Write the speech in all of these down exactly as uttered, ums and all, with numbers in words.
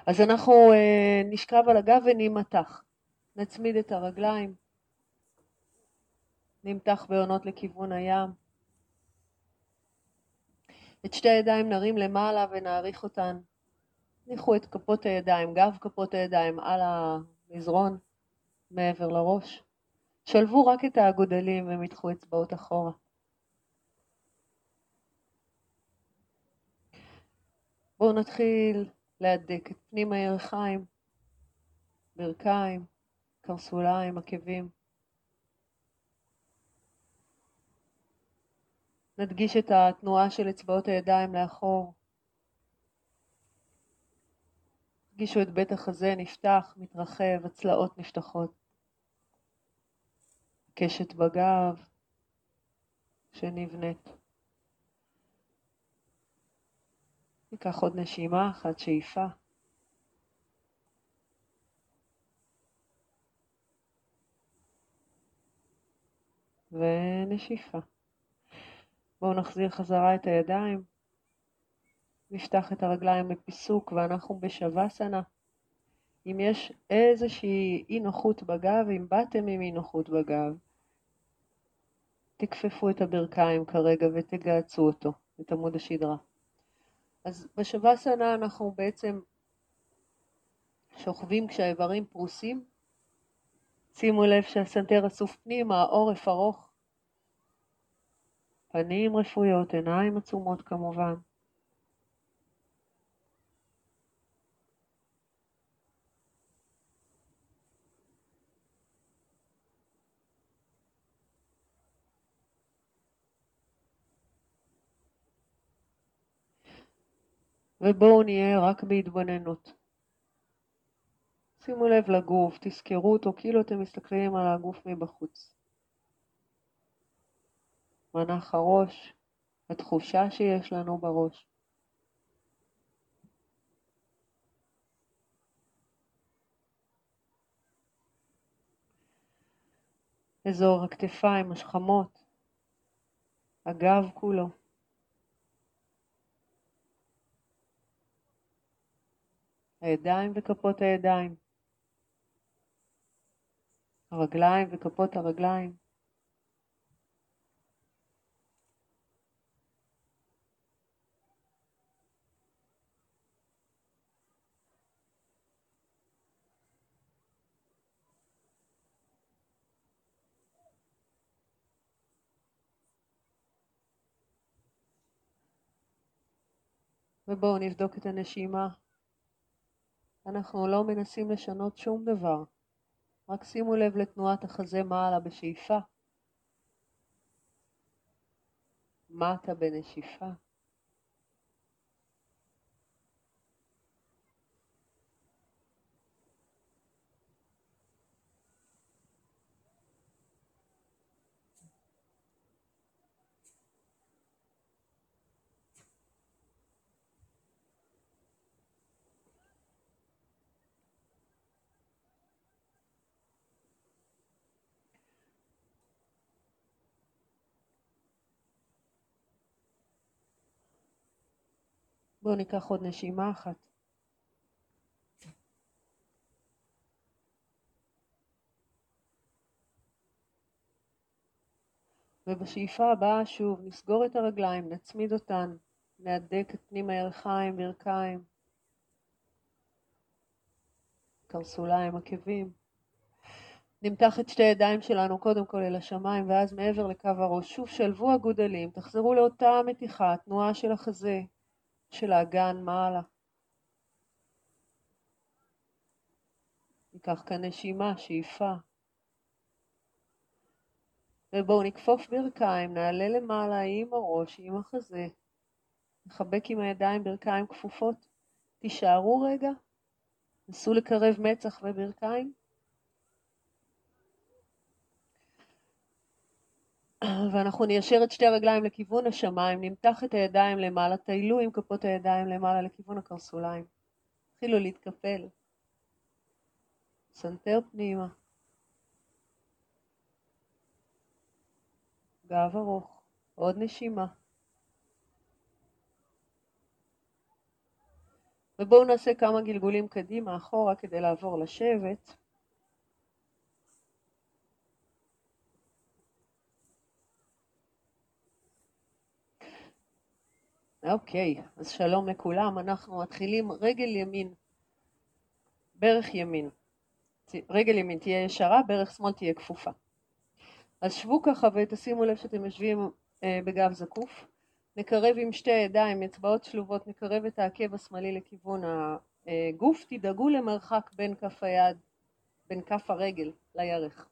אז אנחנו אה, נשכב על הגב ונימתח. נצמיד את הרגליים. נמתח בעונות לכיוון הים. את שתי הידיים נרים למעלה ונעריך אותן. ניחו את כפות הידיים, גב כפות הידיים על המזרון מעבר לראש. שלבו רק את האגודלים ומתחו אצבעות אחורה. בואו נתחיל להדק את פנים הירכיים, ברכיים, קרסוליים, עקבים. נדגיש את התנועה של אצבעות הידיים לאחור. תרגישו את בית החזה נפתח, מתרחב, הצלעות נפתחות. קשת בגב שנבנית. ניקח עוד נשימה אחת, שאיפה. ונשיפה. בואו נחזיר חזרה את הידיים. נפתח את הרגליים לפיסוק ואנחנו בשווסנה. אם יש איזושהי אי נוחות בגב, אם באתם עם אי נוחות בגב, תכפפו את הברכיים כרגע ותגעצו אותו, את עמוד השדרה. אז בשווסנה אנחנו בעצם שוכבים כשהאיברים פרוסים. שימו לב שהסנטר אסוף פנימה, העורף ארוך. פנים רפויות, עיניים עצומות כמובן. ובואו נהיה רק בהתבוננות. שימו לב לגוף, תזכרו אותו כאילו אתם מסתכלים על הגוף מבחוץ. מנח הראש, התחושה שיש לנו בראש. אזור הכתפיים, השכמות, הגב כולו. הידיים וכפות הידיים. הרגליים וכפות הרגליים. ובואו נבדוק את הנשימה. אנחנו לא מנסים לשנות שום דבר. רק שימו לב לתנועת החזה מעלה בשאיפה. מטה בנשיפה. בואו ניקח עוד נשימה אחת. ובשאיפה הבאה שוב נסגור את הרגליים, נצמיד אותן, נהדק את פנים הירכיים, ברכיים, קרסוליים, עקבים. נמתח את שתי הידיים שלנו קודם כל אל השמיים ואז מעבר לקו הראש. שוב שלבו הגודלים, תחזרו לאותה מתיחה, תנועה של החזה, של האגן מעלה. ניקח כאן נשימה, שאיפה. ובואו נכפוף ברכיים, נעלה למעלה עם הראש, עם החזה. נחבק עם הידיים ברכיים כפופות. תישארו רגע. נסו לקרב מצח וברכיים. ואנחנו ניישר את שתי הרגליים לכיוון השמיים. נמתח את הידיים למעלה, תיילו עם כפות הידיים למעלה לכיוון הקרסוליים. התחילו להתקפל. סנטר פנימה. גב ארוך. עוד נשימה. ובואו נעשה כמה גלגולים קדימה אחורה כדי לעבור לשבת. אוקיי, אז שלום לכולם, אנחנו מתחילים רגל ימין, ברך ימין. רגל ימין תהיה ישרה, ברך שמאל תהיה כפופה. אז שבו ככה ותשימו לב שאתם יושבים אה, בגב זקוף. נקרב עם שתי ידיים, אצבעות שלובות, נקרב את העקב השמאלי לכיוון הגוף. תדאגו למרחק בין כף היד, בין כף הרגל לירך.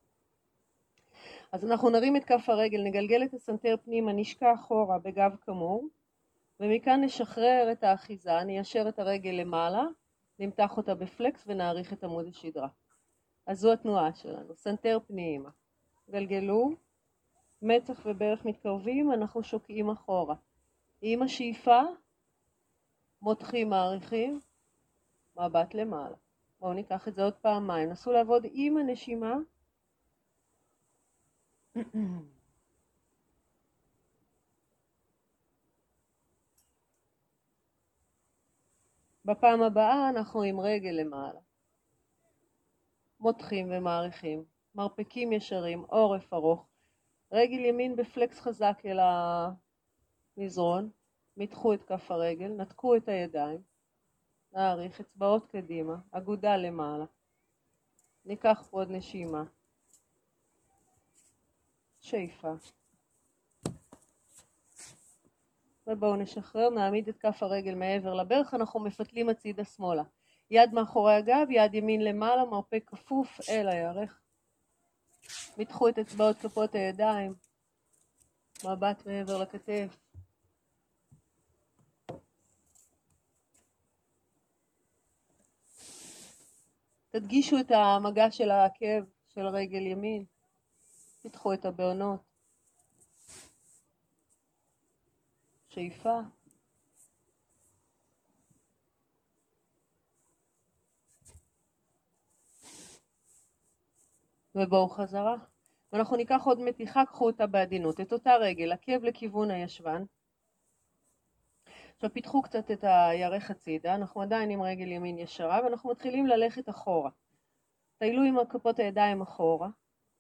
אז אנחנו נרים את כף הרגל, נגלגל את הסנטר פנימה, נשקע אחורה בגב כמור, ומכאן נשחרר את האחיזה, ניישר את הרגל למעלה, נמתח אותה בפלקס ונעריך את עמוד השדרה. אז זו התנועה שלנו, סנטר פנימה. גלגלו, מצח וברך מתקרבים, אנחנו שוקעים אחורה. עם השאיפה, מותחים, מעריכים, מבט למעלה. בואו ניקח את זה עוד פעמיים, נסו לעבוד עם הנשימה. בפעם הבאה אנחנו עם רגל למעלה. מותחים ומעריכים, מרפקים ישרים, עורף ארוך. רגל ימין בפלקס חזק אל המזרון, מתחו את כף הרגל, נתקו את הידיים, נעריך אצבעות קדימה, אגודה למעלה. ניקח פה עוד נשימה. שאיפה. ובואו נשחרר, נעמיד את כף הרגל מעבר לברך, אנחנו מפתלים הצידה שמאלה. יד מאחורי הגב, יד ימין למעלה, מרפק כפוף אל הירך. מתחו את אצבעות כפות הידיים, מבט מעבר לכתף. תדגישו את המגע של העקב של רגל ימין, תתחו את הבעונות. שאיפה. ובואו חזרה. ואנחנו ניקח עוד מתיחה, קחו אותה בעדינות. את אותה רגל, עקב לכיוון הישבן. עכשיו פיתחו קצת את הירך הצידה, אנחנו עדיין עם רגל ימין ישרה, ואנחנו מתחילים ללכת אחורה. טיילו עם כפות הידיים אחורה.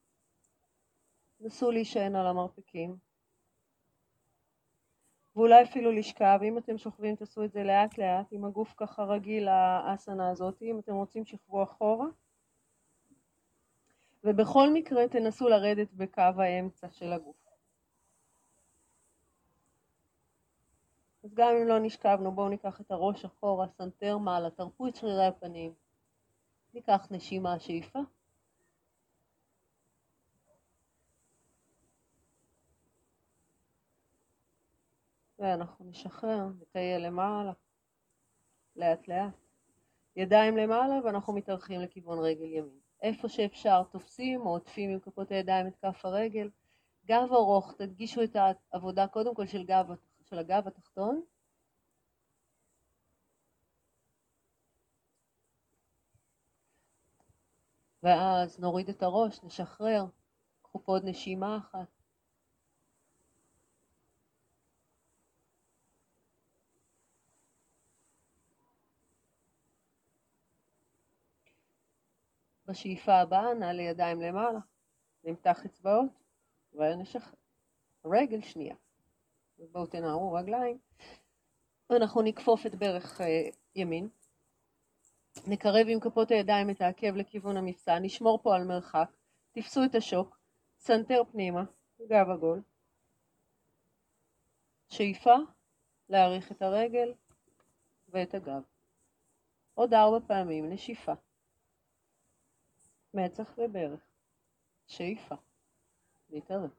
נסו להישען על המרפקים. ואולי אפילו לשכב, אם אתם שוכבים תעשו את זה לאט לאט, עם הגוף ככה רגיל לאסנה הזאת, אם אתם רוצים שכבו אחורה. ובכל מקרה תנסו לרדת בקו האמצע של הגוף. אז גם אם לא נשכבנו, בואו ניקח את הראש אחורה, סנטר מעלה, תרפו את שרירי הפנים. ניקח נשימה, שאיפה. ואנחנו נשחרר, נטייל למעלה, לאט לאט. ידיים למעלה ואנחנו מתארחים לכיוון רגל ימין. איפה שאפשר תופסים או עוטפים עם כפות הידיים את כף הרגל. גב ארוך, תדגישו את העבודה קודם כל של, גב, של הגב התחתון. ואז נוריד את הראש, נשחרר. קחו פה עוד נשימה אחת. בשאיפה הבאה נעלה ידיים למעלה, נמתח אצבעות ונשחרר. רגל שנייה. ובואו תנערו רגליים. ואנחנו נכפוף את ברך אה, ימין. נקרב עם כפות הידיים את העקב לכיוון המפסע. נשמור פה על מרחק. תפסו את השוק. סנטר פנימה. גב עגול. שאיפה. להאריך את הרגל ואת הגב. עוד ארבע פעמים. נשיפה. מצח וברך. שאיפה. להתערב.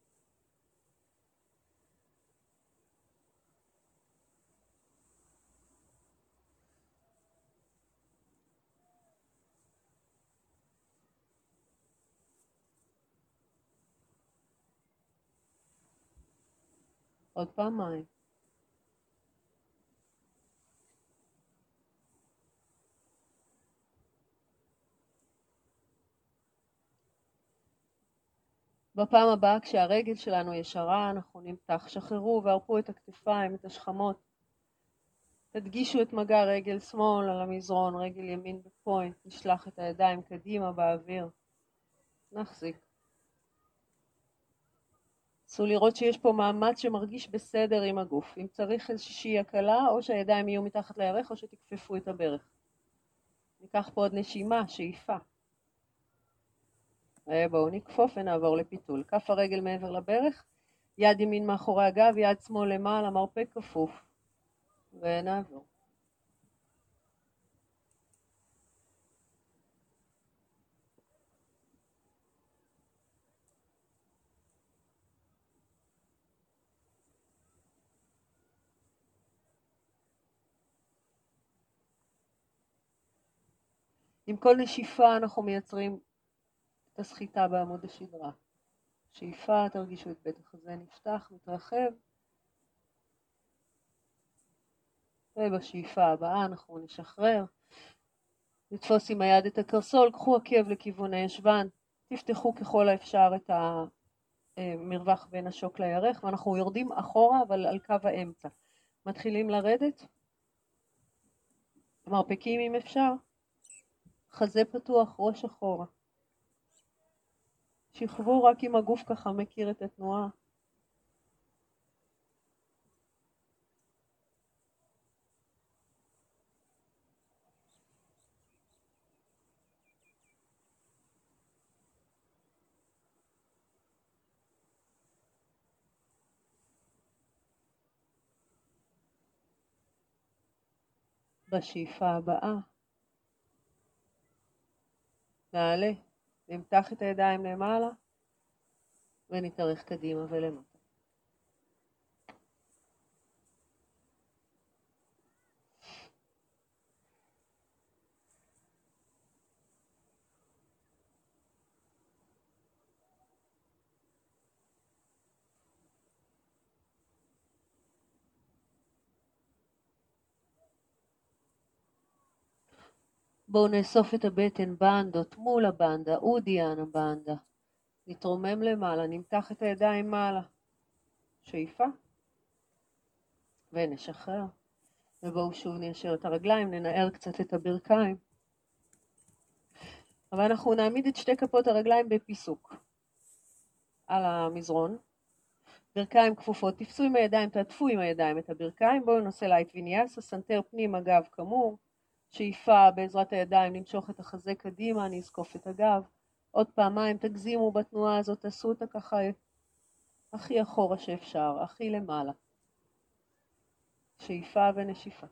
עוד פעמיים. בפעם הבאה כשהרגל שלנו ישרה אנחנו נמתח, שחררו והרפו את הכתפיים, את השכמות. תדגישו את מגע רגל שמאל על המזרון, רגל ימין בפוינט, נשלח את הידיים קדימה באוויר. נחזיק. נסו לראות שיש פה מאמץ שמרגיש בסדר עם הגוף. אם צריך איזושהי הקלה, או שהידיים יהיו מתחת לירך, או שתכפפו את הברך. ניקח פה עוד נשימה, שאיפה. בואו נקפוף ונעבור לפיתול. כף הרגל מעבר לברך, יד ימין מאחורי הגב, יד שמאל למעלה, מרפק כפוף. ונעבור. עם כל נשיפה אנחנו מייצרים את הסחיטה בעמוד השדרה. שאיפה, תרגישו את בית החזה נפתח, מתרחב. ובשאיפה הבאה אנחנו נשחרר. נתפוס עם היד את הקרסול, קחו עקב לכיוון הישבן, תפתחו ככל האפשר את המרווח בין השוק לירך, ואנחנו יורדים אחורה אבל על קו האמצע. מתחילים לרדת, מרפקים אם אפשר, חזה פתוח, ראש אחורה. שכבו רק אם הגוף ככה מכיר את התנועה. בשאיפה הבאה, נעלה, נמתח את הידיים למעלה, ונתארך קדימה ולמטה. בואו נאסוף את הבטן בנדות מול הבנדה, אודיאנה בנדה. נתרומם למעלה, נמתח את הידיים מעלה. שאיפה. ונשחרר. ובואו שוב ניישר את הרגליים, ננער קצת את הברכיים. אבל אנחנו נעמיד את שתי כפות הרגליים בפיסוק. על המזרון. ברכיים כפופות, תפסו עם הידיים, תעטפו עם הידיים את הברכיים. בואו נעשה לייט ויניאסה, סנטר פנים הגב כמור. שאיפה בעזרת הידיים למשוך את החזה קדימה, אני אזקוף את הגב. עוד פעמיים תגזימו בתנועה הזאת, תעשו אותה ככה הכי אחורה שאפשר, הכי למעלה. שאיפה ונשיפה.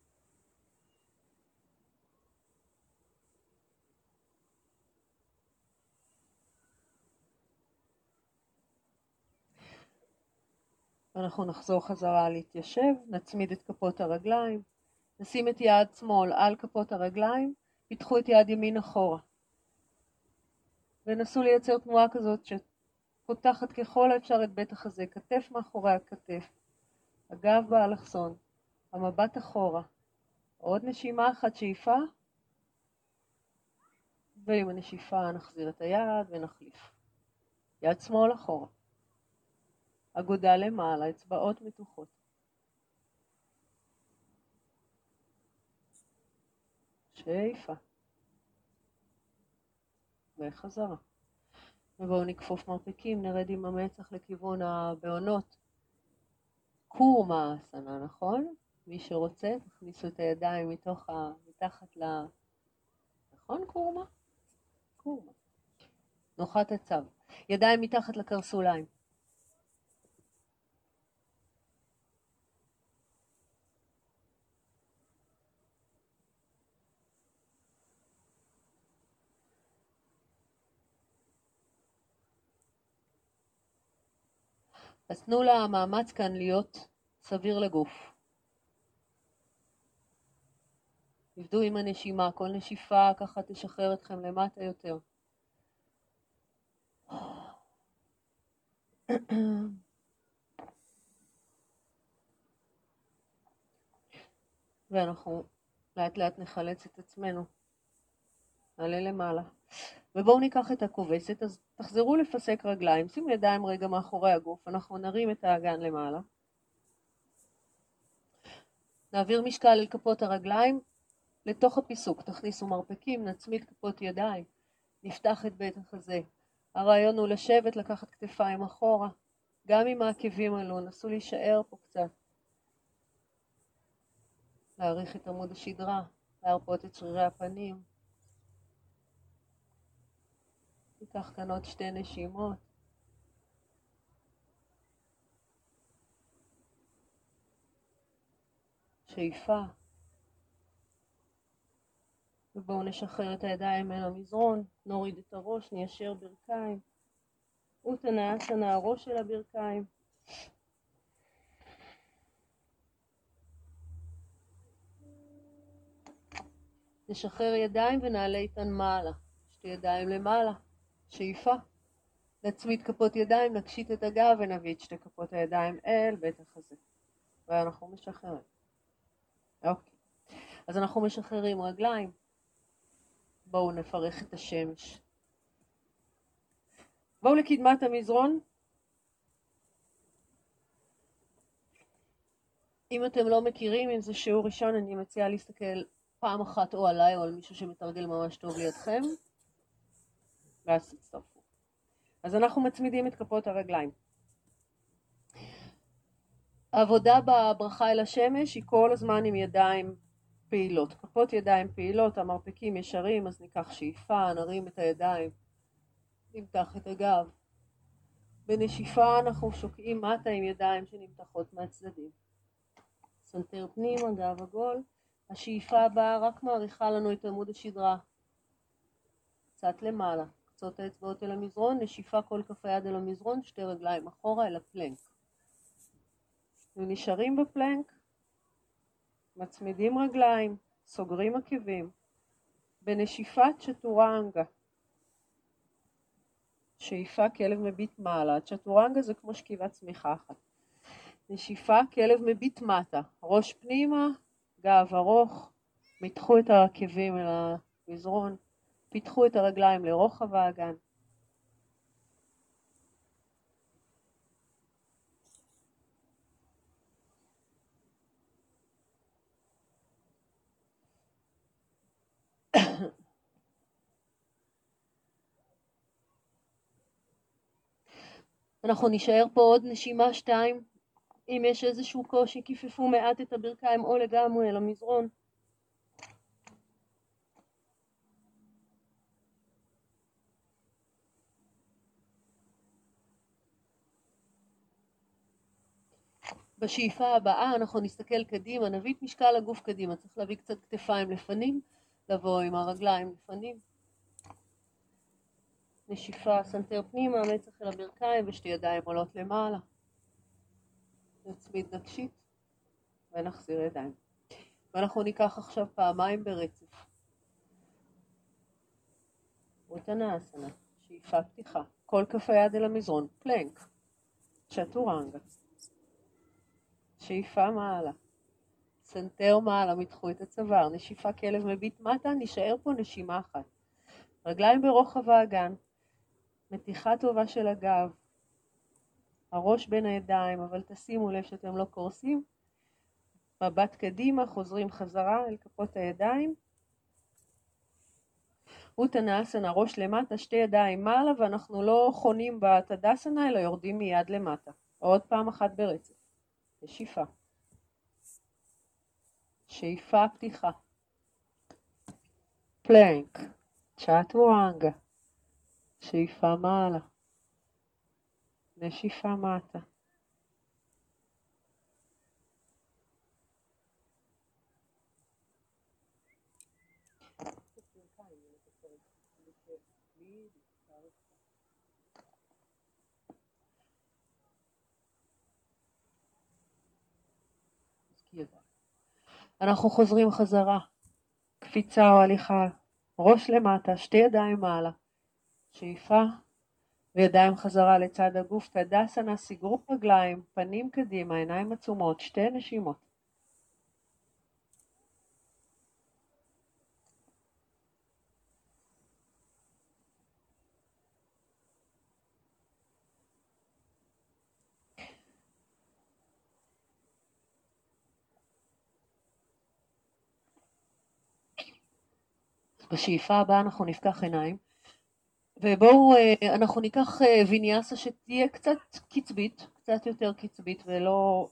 אנחנו נחזור חזרה להתיישב, נצמיד את כפות הרגליים, נשים את יד שמאל על כפות הרגליים, פיתחו את יד ימין אחורה. ונסו לייצר תנועה כזאת שפותחת ככל האפשר את בית החזה, כתף מאחורי הכתף, הגב באלכסון, המבט אחורה. עוד נשימה אחת, שאיפה, ועם הנשיפה נחזיר את היד ונחליף. יד שמאל אחורה. אגודה למעלה, אצבעות מתוחות. שאיפה. וחזרה. ובואו נכפוף מרפקים, נרד עם המצח לכיוון הבעונות. קורמה אסנה, נכון? מי שרוצה, תכניסו את הידיים מתוך ה... מתחת ל... נכון קורמה? קורמה. נוחת הצו. ידיים מתחת לקרסוליים. אז תנו למאמץ כאן להיות סביר לגוף. עבדו עם הנשימה, כל נשיפה ככה תשחרר אתכם למטה יותר. ואנחנו לאט לאט נחלץ את עצמנו. נעלה למעלה. ובואו ניקח את הכובסת, אז תחזרו לפסק רגליים, שימו ידיים רגע מאחורי הגוף, אנחנו נרים את האגן למעלה. נעביר משקל אל כפות הרגליים, לתוך הפיסוק, תכניסו מרפקים, נצמיד כפות ידיים, נפתח את בית החזה. הרעיון הוא לשבת, לקחת כתפיים אחורה, גם אם העקבים עלו, נסו להישאר פה קצת. להאריך את עמוד השדרה, להרפות את שרירי הפנים. ניקח כאן עוד שתי נשימות. שאיפה. ובואו נשחרר את הידיים אל המזרון, נוריד את הראש, ניישר ברכיים. אוטנאסנה, הראש של הברכיים. נשחרר ידיים ונעלה איתן מעלה. שתי ידיים למעלה. שאיפה. נצמיד כפות ידיים, נקשיט את הגב ונביא את שתי כפות הידיים אל בית החזה. ואנחנו משחררים. אוקיי. אז אנחנו משחררים רגליים. בואו נפרך את השמש. בואו לקדמת המזרון. אם אתם לא מכירים, אם זה שיעור ראשון, אני מציעה להסתכל פעם אחת או עליי או על מישהו שמתרגל ממש טוב לידכם. ואז תצטרפו. אז אנחנו מצמידים את כפות הרגליים. העבודה בברכה אל השמש היא כל הזמן עם ידיים פעילות. כפות ידיים פעילות, המרפקים ישרים, אז ניקח שאיפה, נרים את הידיים, נמתח את הגב. בנשיפה אנחנו שוקעים מטה עם ידיים שנמתחות מהצדדים. סנטר פנימה, גב עגול. השאיפה הבאה רק מעריכה לנו את עמוד השדרה. קצת למעלה. קצות האצבעות אל המזרון, נשיפה כל כף היד אל המזרון, שתי רגליים אחורה אל הפלנק. ונשארים בפלנק, מצמידים רגליים, סוגרים עקבים. בנשיפת צ'טורנגה. שאיפה כלב מביט מעלה. צ'טורנגה זה כמו שכיבת צמיחה אחת. נשיפה כלב מביט מטה. ראש פנימה, גב ארוך. מתחו את העקבים אל המזרון. פיתחו את הרגליים לרוחב האגן. אנחנו נשאר פה עוד נשימה שתיים. אם יש איזשהו קושי, כיפפו מעט את הברכיים או לגמרי אל המזרון. בשאיפה הבאה אנחנו נסתכל קדימה, נביא את משקל הגוף קדימה. צריך להביא קצת כתפיים לפנים, לבוא עם הרגליים לפנים. נשיפה, סנטר פנימה, מצח אל הברכיים ושתי ידיים עולות למעלה. נצמיד נקשית ונחזיר ידיים. ואנחנו ניקח עכשיו פעמיים ברצף. אוטנאסנה, שאיפה פתיחה. כל כף היד אל המזרון, פלנק. צ'טורנגה. שאיפה מעלה. סנטר מעלה, מתחו את הצוואר. נשיפה כלב מביט מטה, נשאר פה נשימה אחת. רגליים ברוחב האגן. מתיחה טובה של הגב. הראש בין הידיים, אבל תשימו לב שאתם לא קורסים. מבט קדימה, חוזרים חזרה אל כפות הידיים. אוטנאסנה, ראש למטה, שתי ידיים מעלה, ואנחנו לא חונים בתדסנה, אלא יורדים מיד למטה. עוד פעם אחת ברצף. נשיפה. שאיפה פתיחה. פלנק. צ'טורנגה. שאיפה מעלה. נשיפה מטה. אנחנו חוזרים חזרה. קפיצה או הליכה. ראש למטה, שתי ידיים מעלה. שאיפה. וידיים חזרה לצד הגוף. תדסנה, סגרו רגליים, פנים קדימה, עיניים עצומות, שתי נשימות. בשאיפה הבאה אנחנו נפקח עיניים, ובואו אנחנו ניקח ויניאסה שתהיה קצת קצבית, קצת יותר קצבית ולא,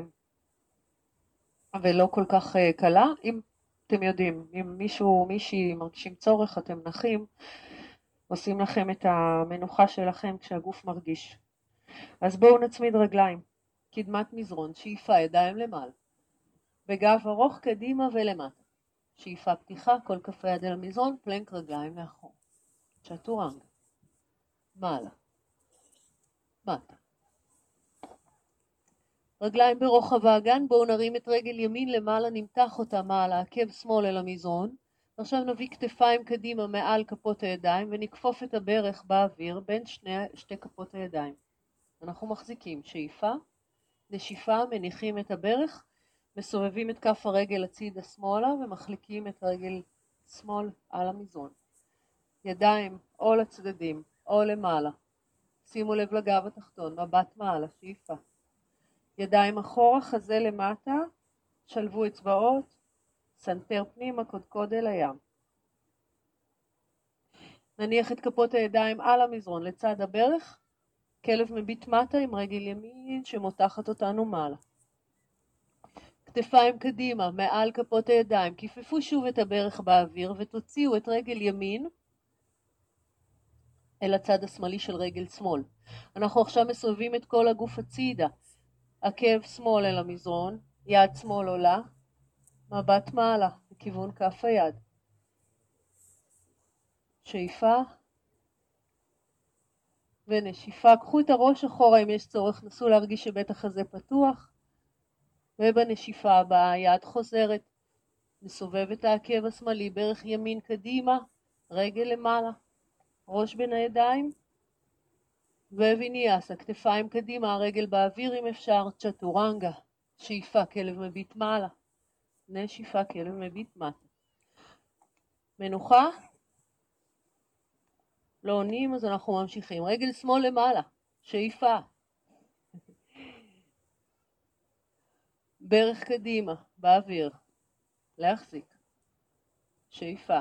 ולא כל כך קלה. אם אתם יודעים, אם מישהו, מישהי מרגישים צורך, אתם נחים, עושים לכם את המנוחה שלכם כשהגוף מרגיש. אז בואו נצמיד רגליים, קדמת מזרון, שאיפה ידיים למעלה, בגב ארוך קדימה ולמטה, שאיפה פתיחה, כל כף היד אל המזרון, פלנק רגליים לאחור, צ'טורנגה, מעלה, מטה. רגליים ברוחב האגן, בואו נרים את רגל ימין למעלה, נמתח אותה מעלה, עקב שמאל אל המזרון, עכשיו נביא כתפיים קדימה מעל כפות הידיים ונכפוף את הברך באוויר בין שני, שתי כפות הידיים. אנחנו מחזיקים שאיפה, נשיפה, מניחים את הברך, מסובבים את כף הרגל הצידה שמאלה ומחליקים את רגל שמאל על המזרון. ידיים או לצדדים או למעלה. שימו לב לגב התחתון, מבט מעלה, שאיפה. ידיים אחורה, חזה למטה, שלבו אצבעות, סנטר פנימה, קודקוד אל הים. נניח את כפות הידיים על המזרון לצד הברך, כלב מביט מטה עם רגל ימין שמותחת אותנו מעלה. כתפיים קדימה, מעל כפות הידיים, כיפפו שוב את הברך באוויר ותוציאו את רגל ימין אל הצד השמאלי של רגל שמאל. אנחנו עכשיו מסובבים את כל הגוף הצידה, עקב שמאל אל המזרון, יד שמאל עולה, מבט מעלה בכיוון כף היד. שאיפה ונשיפה, קחו את הראש אחורה אם יש צורך, נסו להרגיש שבית החזה פתוח, ובנשיפה הבאה יד חוזרת, נסובב את העקב השמאלי, ברך ימין קדימה, רגל למעלה, ראש בין הידיים, וויניאסה, כתפיים קדימה, הרגל באוויר אם אפשר, צ'טורנגה, שאיפה כלב מביט מעלה, נשיפה כלב מביט מטה. מנוחה, לא עונים אז אנחנו ממשיכים, רגל שמאל למעלה, שאיפה, ברך קדימה, באוויר, להחזיק, שאיפה.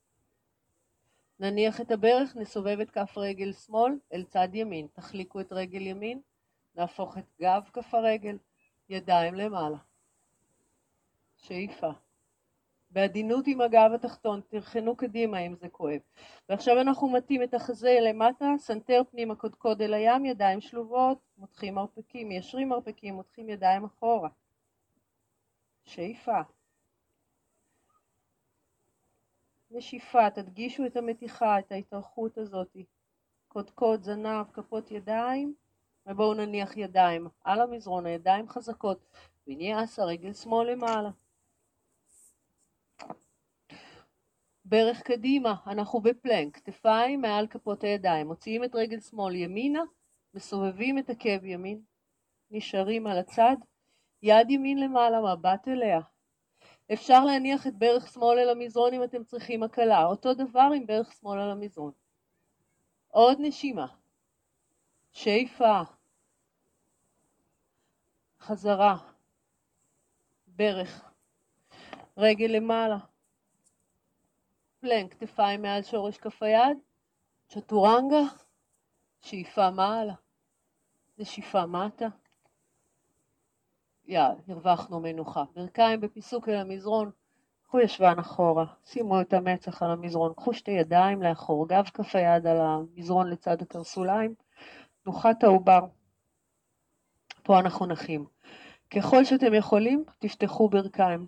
נניח את הברך, נסובב את כף רגל שמאל אל צד ימין, תחליקו את רגל ימין, נהפוך את גב כף הרגל, ידיים למעלה, שאיפה. בעדינות עם הגב התחתון, תרחנו קדימה אם זה כואב. ועכשיו אנחנו מתאים את החזה למטה, סנטר פנימה, קודקוד אל הים, ידיים שלובות, מותחים מרפקים, מיישרים מרפקים, מותחים ידיים אחורה, שאיפה. נשיפה, תדגישו את המתיחה, את ההתארכות הזאת, קודקוד, זנב, כפות ידיים, ובואו נניח ידיים על המזרון, הידיים חזקות, ויניאסה, רגל שמאל למעלה. ברך קדימה, אנחנו בפלנק, כתפיים מעל כפות הידיים, מוציאים את רגל שמאל ימינה, מסובבים את עקב ימין, נשארים על הצד, יד ימין למעלה, מבט אליה. אפשר להניח את ברך שמאל אל המזרון אם אתם צריכים הקלה, אותו דבר עם ברך שמאל על המזרון. עוד נשימה, שאיפה, חזרה, ברך, רגל למעלה, פלנק, כתפיים מעל שורש כף היד, צ'טורנגה, שאיפה מעלה, נשיפה מטה, יאללה, הרווחנו מנוחה. ברכיים בפיסוק אל המזרון, קחו ישבן אחורה, שימו את המצח על המזרון, קחו שתי ידיים לאחור, גב כף היד על המזרון לצד הקרסוליים, תנוחת העובר, פה אנחנו נחים. ככל שאתם יכולים, תפתחו ברכיים.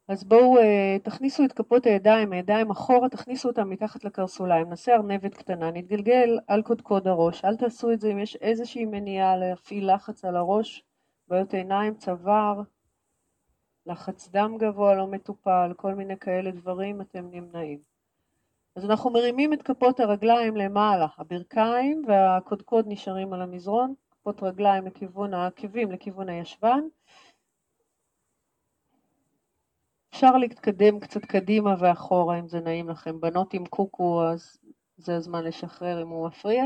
אז בואו uh, תכניסו את כפות הידיים, הידיים אחורה, תכניסו אותם מתחת לקרסוליים, נעשה ארנבת קטנה, נתגלגל על קודקוד הראש, אל תעשו את זה אם יש איזושהי מניעה להפעיל לחץ על הראש, בעיות עיניים, צוואר, לחץ דם גבוה לא מטופל, כל מיני כאלה דברים אתם נמנעים. אז אנחנו מרימים את כפות הרגליים למעלה, הברכיים והקודקוד נשארים על המזרון, כפות רגליים לכיוון העקבים, לכיוון הישבן, אפשר להתקדם קצת קדימה ואחורה אם זה נעים לכם. בנות עם קוקו, אז זה הזמן לשחרר אם הוא מפריע.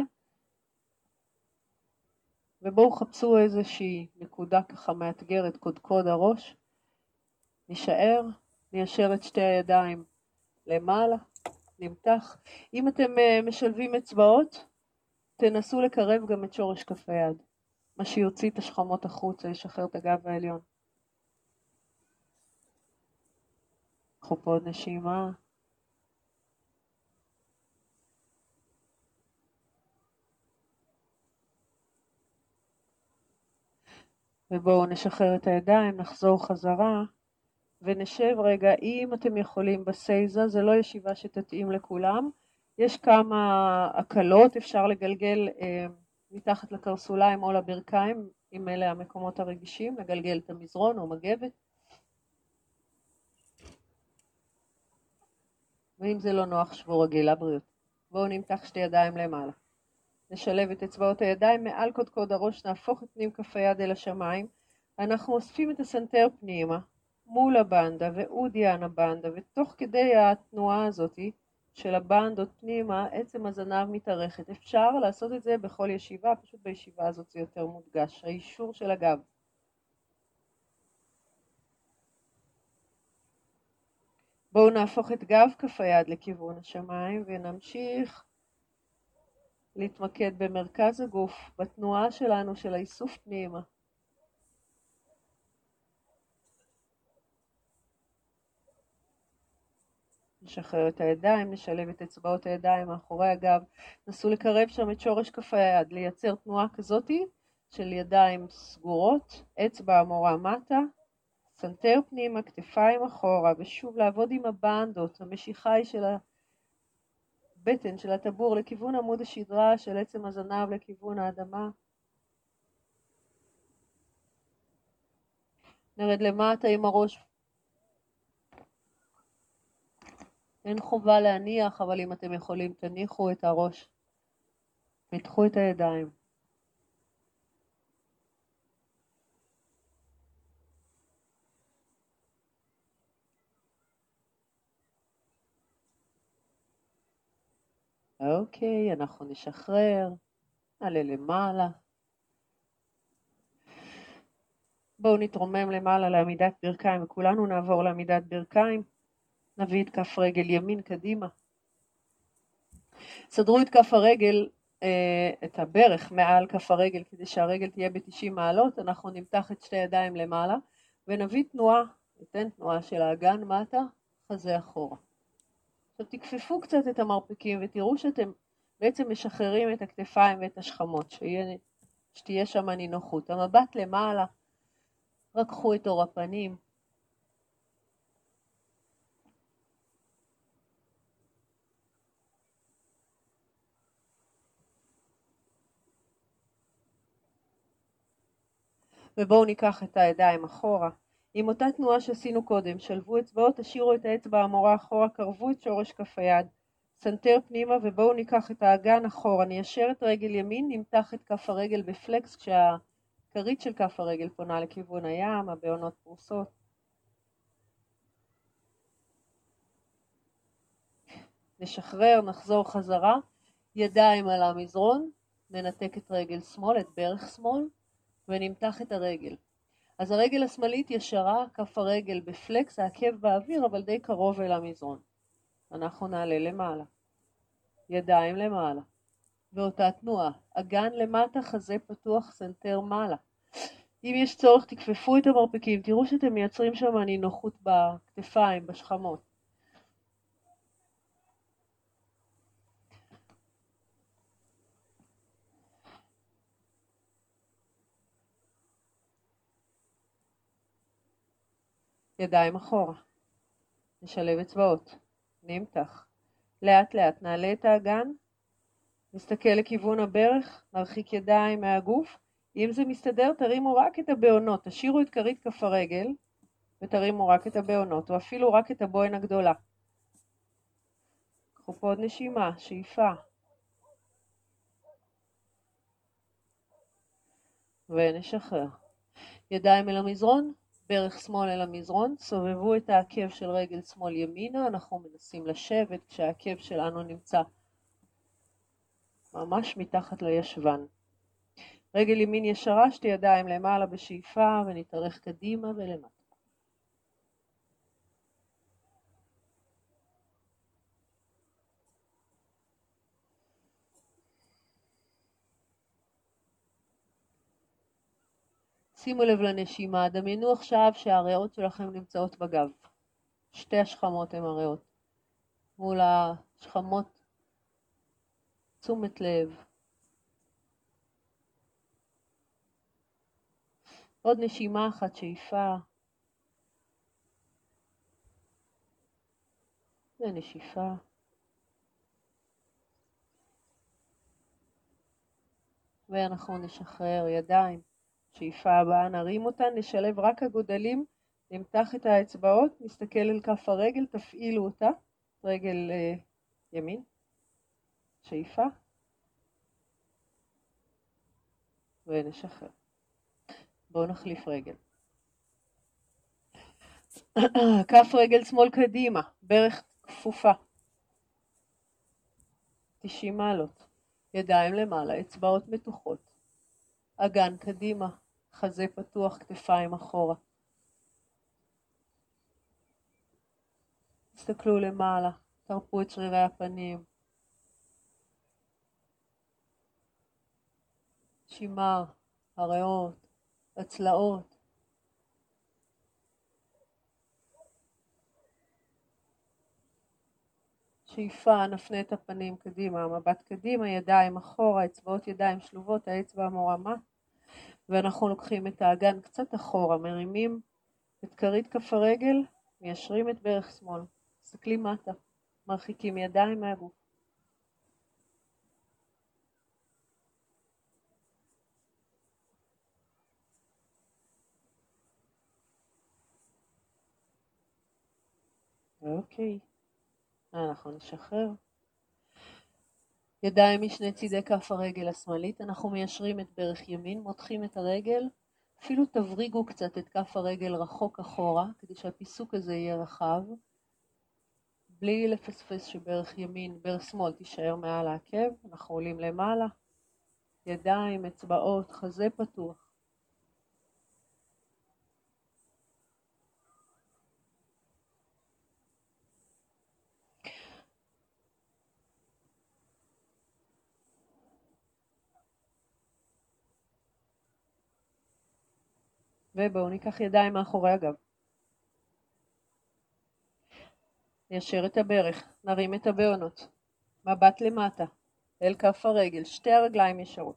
ובואו חפשו איזושהי נקודה ככה מאתגרת, קודקוד הראש. נשאר, ניישר את שתי הידיים למעלה, נמתח. אם אתם משלבים אצבעות, תנסו לקרב גם את שורש כף היד. מה שיוציא את השכמות החוצה, ישחרר את הגב העליון. קחו פה עוד נשימה. ובואו נשחרר את הידיים, נחזור חזרה, ונשב רגע, אם אתם יכולים בסייזה, זה לא ישיבה שתתאים לכולם, יש כמה הקלות, אפשר לגלגל אה, מתחת לקרסוליים או לברכיים, אם אלה המקומות הרגישים, לגלגל את המזרון או מגבת. ואם זה לא נוח, שבו רגל לבריאות. בואו נמתח שתי ידיים למעלה. נשלב את אצבעות הידיים מעל קודקוד הראש, נהפוך את פנים כף היד אל השמיים. אנחנו אוספים את הסנטר פנימה, מול הבנדה ואודיאן הבנדה, ותוך כדי התנועה הזאת של הבנדות פנימה, עצם הזנב מתארכת. אפשר לעשות את זה בכל ישיבה, פשוט בישיבה הזאת זה יותר מודגש. האישור של הגב. בואו נהפוך את גב כף היד לכיוון השמיים ונמשיך להתמקד במרכז הגוף, בתנועה שלנו של האיסוף פנימה. נשחרר את הידיים, נשלב את אצבעות הידיים מאחורי הגב, נסו לקרב שם את שורש כף היד, לייצר תנועה כזאת של ידיים סגורות, אצבע המורה מטה, סנטר פנימה, כתפיים אחורה, ושוב לעבוד עם הבנדות, המשיכה היא של הבטן, של הטבור, לכיוון עמוד השדרה, של עצם הזנב לכיוון האדמה. נרד למטה עם הראש. אין חובה להניח, אבל אם אתם יכולים, תניחו את הראש. מתחו את הידיים. אוקיי, אנחנו נשחרר. נעלה למעלה. בואו נתרומם למעלה לעמידת ברכיים, וכולנו נעבור לעמידת ברכיים. נביא את כף רגל ימין קדימה. סדרו את כף הרגל, את הברך מעל כף הרגל, כדי שהרגל תהיה ב-תשעים מעלות. אנחנו נמתח את שתי ידיים למעלה, ונביא תנועה, ניתן תנועה של האגן מטה, חזה אחורה. עכשיו תכפפו קצת את המרפקים, ותראו שאתם בעצם משחררים את הכתפיים ואת השכמות, שתהיה, שתהיה שם נינוחות. המבט למעלה, רקחו את אור הפנים. ובואו ניקח את הידיים אחורה. עם אותה תנועה שעשינו קודם, שלבו אצבעות, תשאירו את האצבע המורה אחורה, קרבו את שורש כף היד, סנטר פנימה, ובואו ניקח את האגן אחורה, ניישר את רגל ימין, נמתח את כף הרגל בפלקס, כשהכרית של כף הרגל פונה לכיוון הים, הבעונות פרוסות. נשחרר, נחזור חזרה, ידיים על המזרון, ננתק את רגל שמאל, את ברך שמאל, ונמתח את הרגל. אז הרגל השמאלית ישרה, כף הרגל בפלקס, העקב באוויר, אבל די קרוב אל המזרון. אנחנו נעלה למעלה. ידיים למעלה. ואותה תנועה. אגן למטה, חזה פתוח, סנטר מעלה. אם יש צורך, תכפפו את המרפקים. תראו שאתם מייצרים שם נינוחות בכתפיים, בשכמות. ידיים אחורה. נשלב אצבעות, נמתח. לאט לאט נעלה את האגן, נסתכל לכיוון הברך, נרחיק ידיים מהגוף. אם זה מסתדר, תרימו רק את הבעונות, תשאירו את כרית כף הרגל, ותרימו רק את הבעונות, או אפילו רק את הבוין הגדולה. קחו פה עוד נשימה, שאיפה. ונשחרר. ידיים אל המזרון, ברך שמאל אל המזרון, סובבו את העקב של רגל שמאל ימינה, אנחנו מנסים לשבת כשהעקב שלנו נמצא ממש מתחת לישבן. רגל ימין ישרה, שתי ידיים למעלה בשאיפה, ונתארך קדימה ולמטה. שימו לב לנשימה, דמיינו עכשיו שהריאות שלכם נמצאות בגב. שתי השכמות הן הריאות. מול השכמות, תשומת לב. עוד נשימה אחת, שאיפה. ונשיפה. ואנחנו נשחרר ידיים. שאיפה הבאה, נרים אותן, נשלב רק הגודלים, נמתח את האצבעות, נסתכל אל כף הרגל, תפעילו אותה, רגל אה, ימין, שאיפה, ונשחרר. בואו נחליף רגל. כף רגל שמאל קדימה, ברך כפופה, תשעים מעלות, ידיים למעלה, אצבעות מתוחות, אגן קדימה, חזה פתוח, כתפיים אחורה. תסתכלו למעלה, תרפו את שרירי הפנים. שימה, הריאות, הצלעות. שאיפה, נפנה את הפנים קדימה, מבט קדימה, ידיים אחורה, אצבעות ידיים שלובות, האצבע מורמה. ואנחנו לוקחים את האגן קצת אחורה, מרימים את כרית כף הרגל, מיישרים את ברך שמאל. מסתכלים מטה, מרחיקים ידיים מהגוף. אוקיי, אנחנו נשחרר. ידיים משני צידי כף הרגל השמאלית, אנחנו מיישרים את ברך ימין, מותחים את הרגל, אפילו תבריגו קצת את כף הרגל רחוק אחורה, כדי שהפיסוק הזה יהיה רחב, בלי לפספס שברך ימין, ברך שמאל תישאר מעל העקב, אנחנו עולים למעלה, ידיים, אצבעות, חזה פתוח. ובואו ניקח ידיים מאחורי הגב. ניישר את הברך, נרים את הבעונות, מבט למטה, אל כף הרגל, שתי הרגליים ישרות.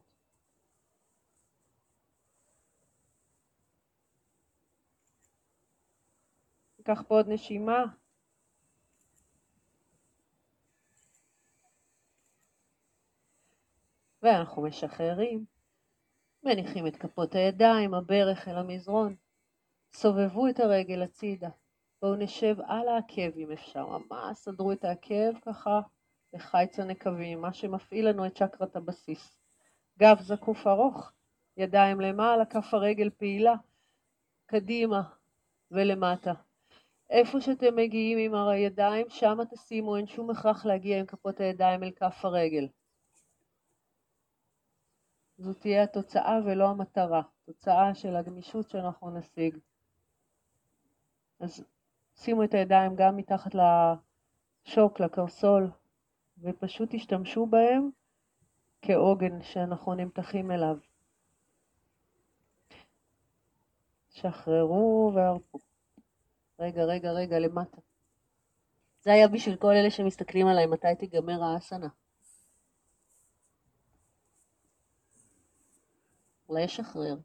ניקח פה עוד נשימה. ואנחנו משחררים. מניחים את כפות הידיים, הברך אל המזרון. סובבו את הרגל הצידה. בואו נשב על העקב אם אפשר. ממש סדרו את העקב ככה לחיץ הנקבים, מה שמפעיל לנו את צ'קרת הבסיס. גב זקוף ארוך, ידיים למעלה, כף הרגל פעילה, קדימה ולמטה. איפה שאתם מגיעים עם הידיים, שם תשימו, אין שום הכרח להגיע עם כפות הידיים אל כף הרגל. זו תהיה התוצאה ולא המטרה, תוצאה של הגמישות שאנחנו נשיג. אז שימו את הידיים גם מתחת לשוק, לקרסול, ופשוט תשתמשו בהם כעוגן שאנחנו נמתחים אליו. שחררו והרפו. רגע, רגע, רגע, למטה. זה היה בשביל כל אלה שמסתכלים עליי, מתי תיגמר האסנה. אולי שחרר.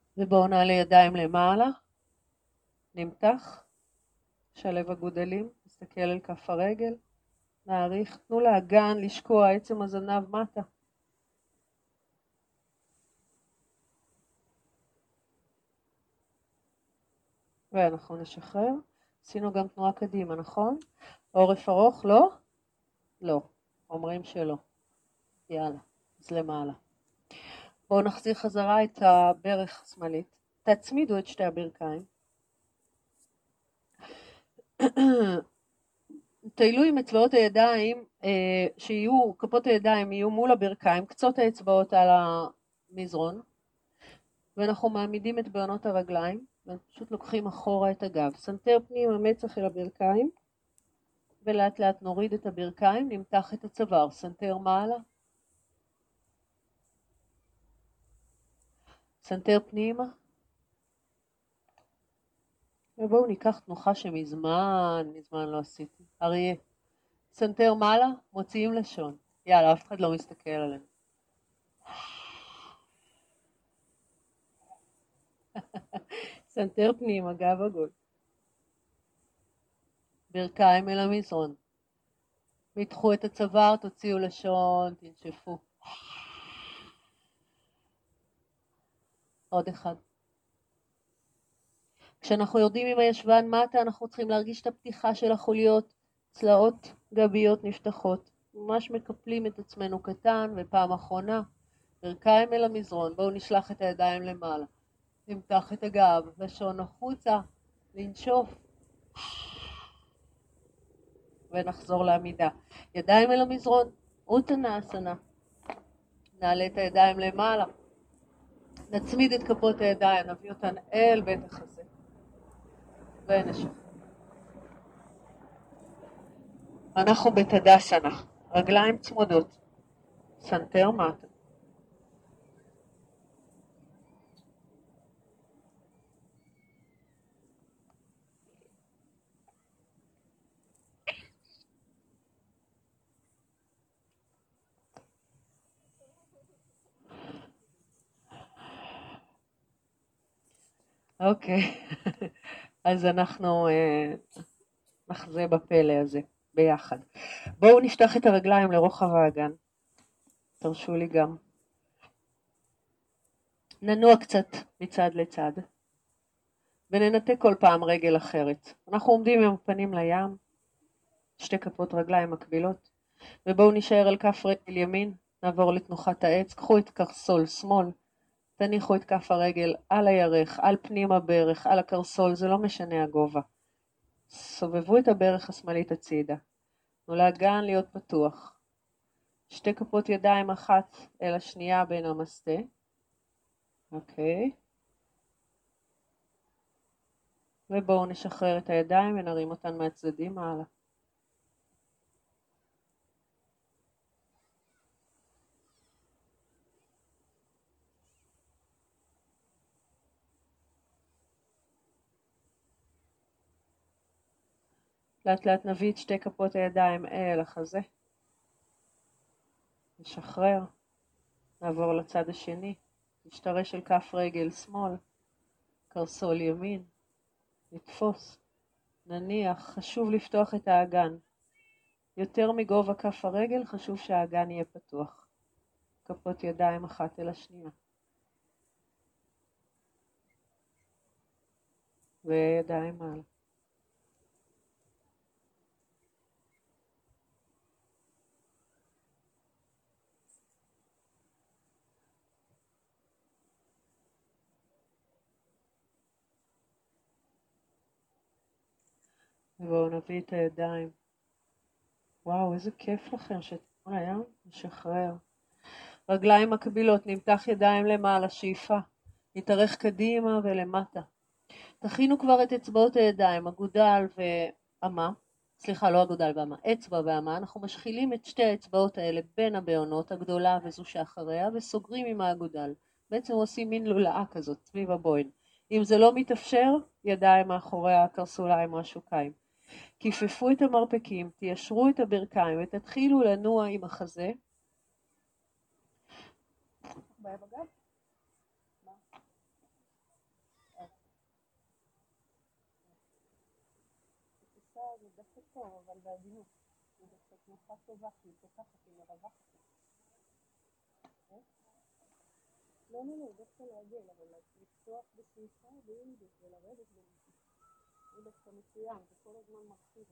ובואו נעלה ידיים למעלה, נמתח, שלב הגודלים, נסתכל על כף הרגל, נעריך, תנו לאגן לשקוע עצם הזנב מטה. ואנחנו נשחרר, עשינו גם תנועה קדימה, נכון? עורף ארוך, לא? לא, אומרים שלא. יאללה, אז למעלה. בואו נחזיר חזרה את הברך השמאלית, תצמידו את שתי הברכיים. טיילו עם אצבעות הידיים, אה, שיהיו, כפות הידיים יהיו מול הברכיים, קצות האצבעות על המזרון, ואנחנו מעמידים את בעונות הרגליים, ופשוט לוקחים אחורה את הגב. סנטר פנים המצח אל הברכיים, ולאט לאט נוריד את הברכיים, נמתח את הצוואר, סנטר מעלה, סנטר פנימה, ובואו ניקח תנוחה שמזמן, מזמן לא עשיתי. אריה, סנטר מעלה, מוציאים לשון. יאללה, אף אחד לא מסתכל עלינו. סנטר פנימה, גב עגול. ברכיים אל המזרון. מתחו את הצוואר, תוציאו לשון, תנשפו. עוד אחד. כשאנחנו יורדים עם הישבן מטה, אנחנו צריכים להרגיש את הפתיחה של החוליות, צלעות גביות נפתחות. ממש מקפלים את עצמנו קטן, ופעם אחרונה, ברכיים אל המזרון. בואו נשלח את הידיים למעלה. נמתח את הגב, לשון החוצה, לנשוף. ונחזור לעמידה. ידיים אל המזרון, אוטנאסנה. נעלה את הידיים למעלה. נצמיד את כפות הידיים, נביא אותן אל בית החזה. ונשחרר. אנחנו בתדסנה, רגליים צמודות, סנטר מטה. אוקיי, אז אנחנו אה, נחזה בפלא הזה ביחד. בואו נפתח את הרגליים לרוחב האגן. תרשו לי גם. ננוע קצת מצד לצד. וננתק כל פעם רגל אחרת. אנחנו עומדים עם הפנים לים, שתי כפות רגליים מקבילות. ובואו נשאר על כף רגל ימין, נעבור לתנוחת העץ. קחו את קרסול שמאל. תניחו את כף הרגל על הירך, על פנים הברך, על הקרסול, זה לא משנה הגובה. סובבו את הברך השמאלית הצידה. תנו לאגן להיות פתוח. שתי כפות ידיים אחת אל השנייה בין המסטה. אוקיי. ובואו נשחרר את הידיים ונרים אותן מהצדדים מעלה. לאט לאט נביא את שתי כפות הידיים אל החזה. נשחרר. נעבור לצד השני. נשתרש של כף רגל שמאל. קרסול ימין. נתפוס. נניח. חשוב לפתוח את האגן. יותר מגובה כף הרגל חשוב שהאגן יהיה פתוח. כפות ידיים אחת אל השנייה. וידיים מעלה. ובואו נביא את הידיים. וואו, איזה כיף לכם שתמון היום. נשחרר. רגליים מקבילות, נמתח ידיים למעלה, שאיפה. נתארך קדימה ולמטה. תכינו כבר את אצבעות הידיים, אגודל ואמה. סליחה, לא אגודל ואמה, אצבע ואמה. אנחנו משחילים את שתי האצבעות האלה בין הבעונות, הגדולה וזו שאחריה, וסוגרים עם האגודל. בעצם עושים מין לולאה כזאת, סביב הבוין. אם זה לא מתאפשר, ידיים מאחורי הקרסוליים או השוקיים. כיפפו את המרפקים, תיישרו את הברכיים ותתחילו לנוע עם החזה. בעיה בגב? דווקא טוב, אבל בעדינות. זה דווקא תנוחה טובה, כי היא פותחת, היא מרווחת. לא, לא, לא, דווקא לעגל, אבל לפתוח בשאיפה בעמדות ולרדת בנשיפה. זה דווקא מצוין, זה כל הזמן מרחיב.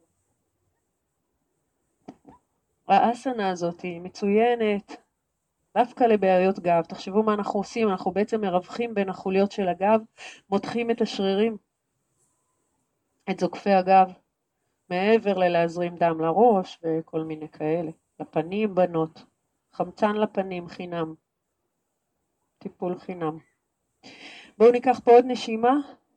האסנה הזאת היא מצוינת דווקא לבעיות גב. תחשבו מה אנחנו עושים, אנחנו בעצם מרווחים בין החוליות של הגב, מותחים את השרירים, את זוקפי הגב, מעבר ללהזרים דם לראש וכל מיני כאלה. לפנים בנות, חמצן לפנים חינם, טיפול חינם. בואו ניקח פה עוד נשימה.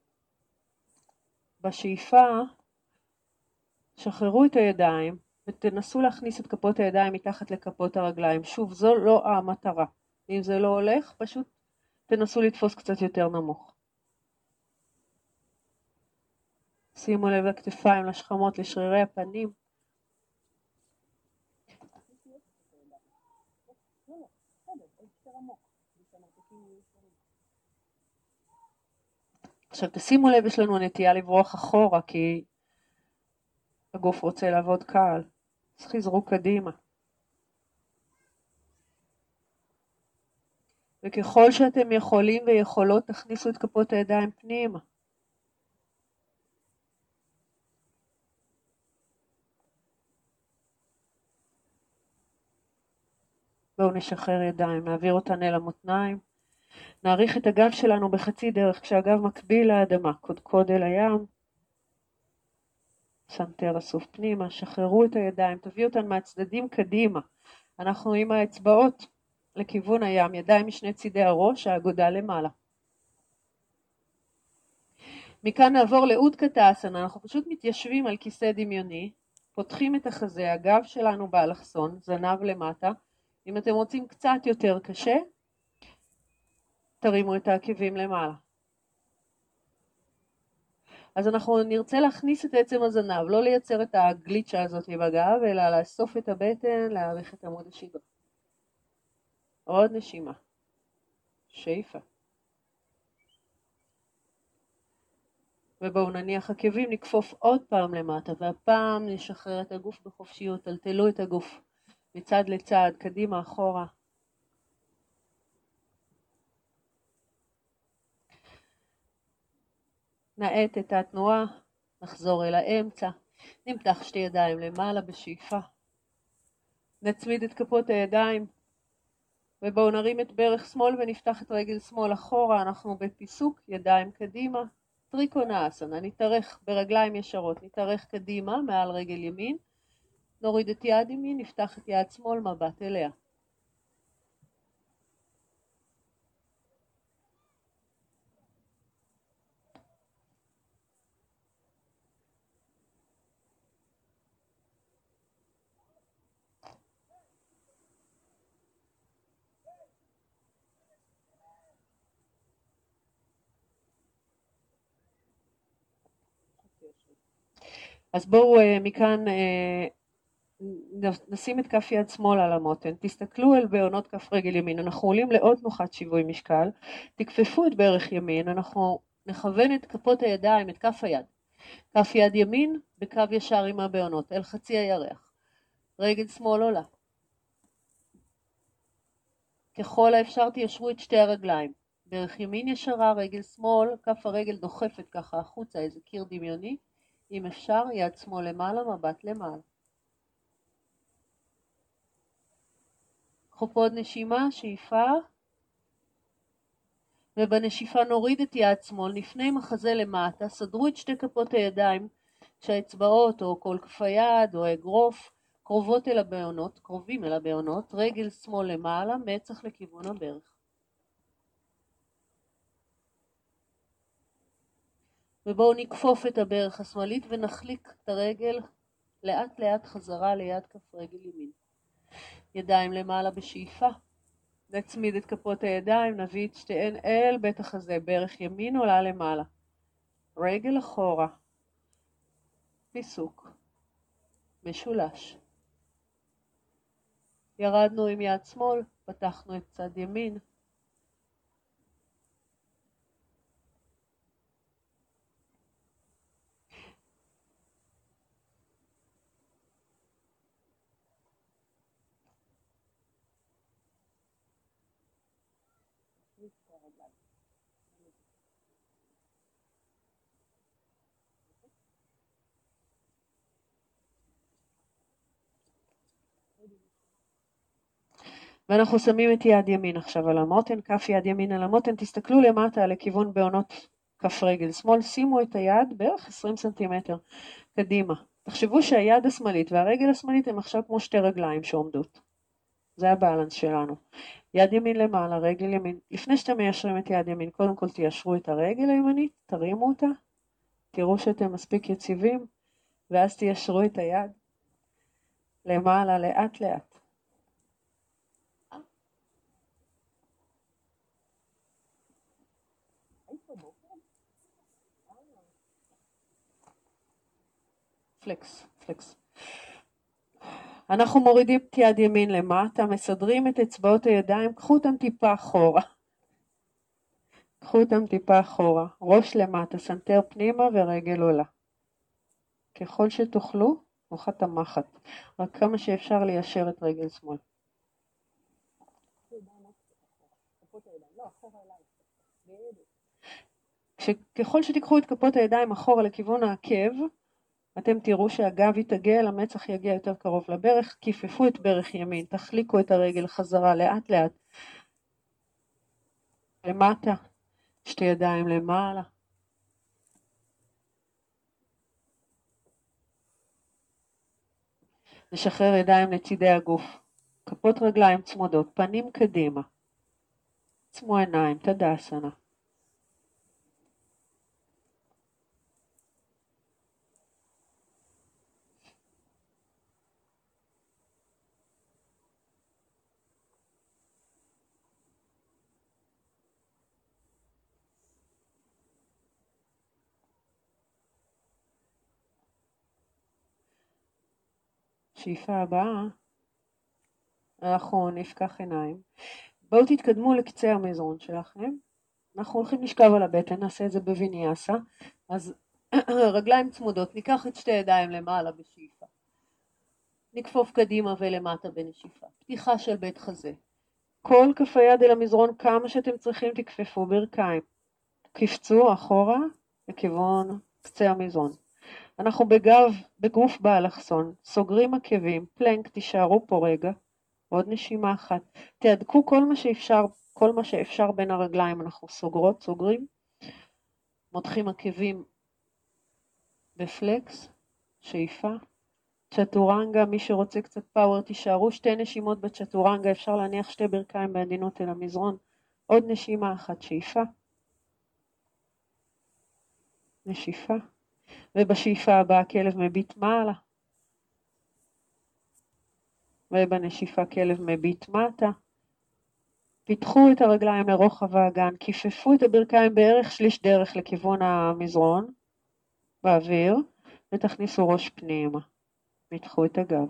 בשאיפה שחררו את הידיים ותנסו להכניס את כפות הידיים מתחת לכפות הרגליים. שוב, זו לא המטרה. אם זה לא הולך, פשוט תנסו לתפוס קצת יותר נמוך. שימו לב לכתפיים, לשכמות, לשרירי הפנים. עכשיו תשימו לב, יש לנו נטייה לברוח אחורה כי הגוף רוצה לעבוד קל. אז חזרו קדימה. וככל שאתם יכולים ויכולות, תכניסו את כפות הידיים פנימה. בואו נשחרר ידיים, נעביר אותן אל המותניים. נעריך את הגב שלנו בחצי דרך, כשהגב מקביל לאדמה, קודקוד אל הים. סנטר אסוף פנימה, שחררו את הידיים, תביאו אותן מהצדדים קדימה. אנחנו עם האצבעות לכיוון הים, ידיים משני צידי הראש, האגודה למעלה. מכאן נעבור לאודקה אסנה, אנחנו פשוט מתיישבים על כיסא דמיוני, פותחים את החזה, הגב שלנו באלכסון, זנב למטה. אם אתם רוצים קצת יותר קשה, תרימו את העקבים למעלה. אז אנחנו נרצה להכניס את עצם הזנב, לא לייצר את הגליצ'ה הזאת בגב, אלא לאסוף את הבטן, להאריך את עמוד השדרה. עוד נשימה. שאיפה. ובואו נניח עקבים, נקפוף עוד פעם למטה, והפעם נשחרר את הגוף בחופשיות, תלתלו את הגוף מצד לצד, קדימה, אחורה. נעט את התנועה, נחזור אל האמצע, נמתח שתי ידיים למעלה בשאיפה. נצמיד את כפות הידיים, ובואו נרים את ברך שמאל ונפתח את רגל שמאל אחורה, אנחנו בפיסוק, ידיים קדימה. טריקונה אסנה, נתארך ברגליים ישרות, נתארך קדימה מעל רגל ימין, נוריד את יד ימין, נפתח את יד שמאל, מבט אליה. אז בואו מכאן נשים את כף יד שמאל על המותן, תסתכלו אל בעונות כף רגל ימין, אנחנו עולים לעוד תנוחת שיווי משקל, תכפפו את ברך ימין, אנחנו נכוון את כפות הידיים, את כף היד, כף יד ימין בקו ישר עם הבעונות, אל חצי הירח, רגל שמאל עולה, ככל האפשר תיישרו את שתי הרגליים, ברך ימין ישרה, רגל שמאל, כף הרגל דוחפת ככה החוצה, איזה קיר דמיוני, אם אפשר יד שמאל למעלה, מבט למעלה. קחו פה עוד נשימה, שאיפה, ובנשיפה נוריד את יד שמאל, נפנה עם החזה למטה, סדרו את שתי כפות הידיים, שהאצבעות או כל כף היד או האגרוף, קרובות אל הבעונות, קרובים אל הבעונות, רגל שמאל למעלה, מצח לכיוון הברך. ובואו נכפוף את הברך השמאלית ונחליק את הרגל לאט לאט חזרה ליד כף רגל ימין. ידיים למעלה בשאיפה, נצמיד את כפות הידיים, נביא את שתיהן אל בית החזה, ברך ימין עולה למעלה, רגל אחורה, פיסוק, משולש. ירדנו עם יד שמאל, פתחנו את צד ימין, ואנחנו שמים את יד ימין עכשיו על המותן, כף יד ימין על המותן, תסתכלו למטה לכיוון בעונות כף רגל שמאל, שימו את היד בערך עשרים סנטימטר קדימה. תחשבו שהיד השמאלית והרגל השמאלית הם עכשיו כמו שתי רגליים שעומדות. זה הבאלנס שלנו. יד ימין למעלה, רגל ימין. לפני שאתם מיישרים את יד ימין, קודם כל תיישרו את הרגל הימנית, תרימו אותה, תראו שאתם מספיק יציבים, ואז תיישרו את היד למעלה לאט לאט. פלקס, פלקס. אנחנו מורידים את יד ימין למטה, מסדרים את אצבעות הידיים, קחו אותם טיפה אחורה. קחו אותם טיפה אחורה, ראש למטה, סנטר פנימה ורגל עולה. ככל שתוכלו, מוחת המחט, רק כמה שאפשר ליישר את רגל שמאל. ככל שתיקחו את כפות הידיים אחורה לכיוון העקב, אתם תראו שהגב יתעגל, המצח יגיע יותר קרוב לברך, כיפפו את ברך ימין, תחליקו את הרגל חזרה לאט לאט. למטה, שתי ידיים למעלה. נשחרר ידיים לצידי הגוף, כפות רגליים צמודות, פנים קדימה. עצמו עיניים, תדאסנה. שאיפה הבאה, אנחנו נפקח עיניים. בואו תתקדמו לקצה המזרון שלכם. אנחנו הולכים לשכב על הבטן, נעשה את זה בוויניאסה. אז רגליים צמודות, ניקח את שתי ידיים למעלה בשאיפה. נכפוף קדימה ולמטה בנשיפה. פתיחה של בית חזה. כל כף היד אל המזרון, כמה שאתם צריכים תכפפו ברכיים. קפצו אחורה לכיוון קצה המזרון. אנחנו בגב, בגוף באלכסון, סוגרים עקבים, פלנק, תישארו פה רגע, עוד נשימה אחת, תהדקו כל מה שאפשר, כל מה שאפשר בין הרגליים, אנחנו סוגרות, סוגרים, מותחים עקבים בפלקס, שאיפה, צ'טורנגה, מי שרוצה קצת פאוור, תישארו שתי נשימות בצ'טורנגה, אפשר להניח שתי ברכיים בעדינות אל המזרון, עוד נשימה אחת, שאיפה, נשיפה, ובשאיפה הבאה כלב מביט מעלה, ובנשיפה כלב מביט מטה. פיתחו את הרגליים לרוחב האגן, כיפפו את הברכיים בערך שליש דרך לכיוון המזרון, באוויר, ותכניסו ראש פנימה. פיתחו את הגב.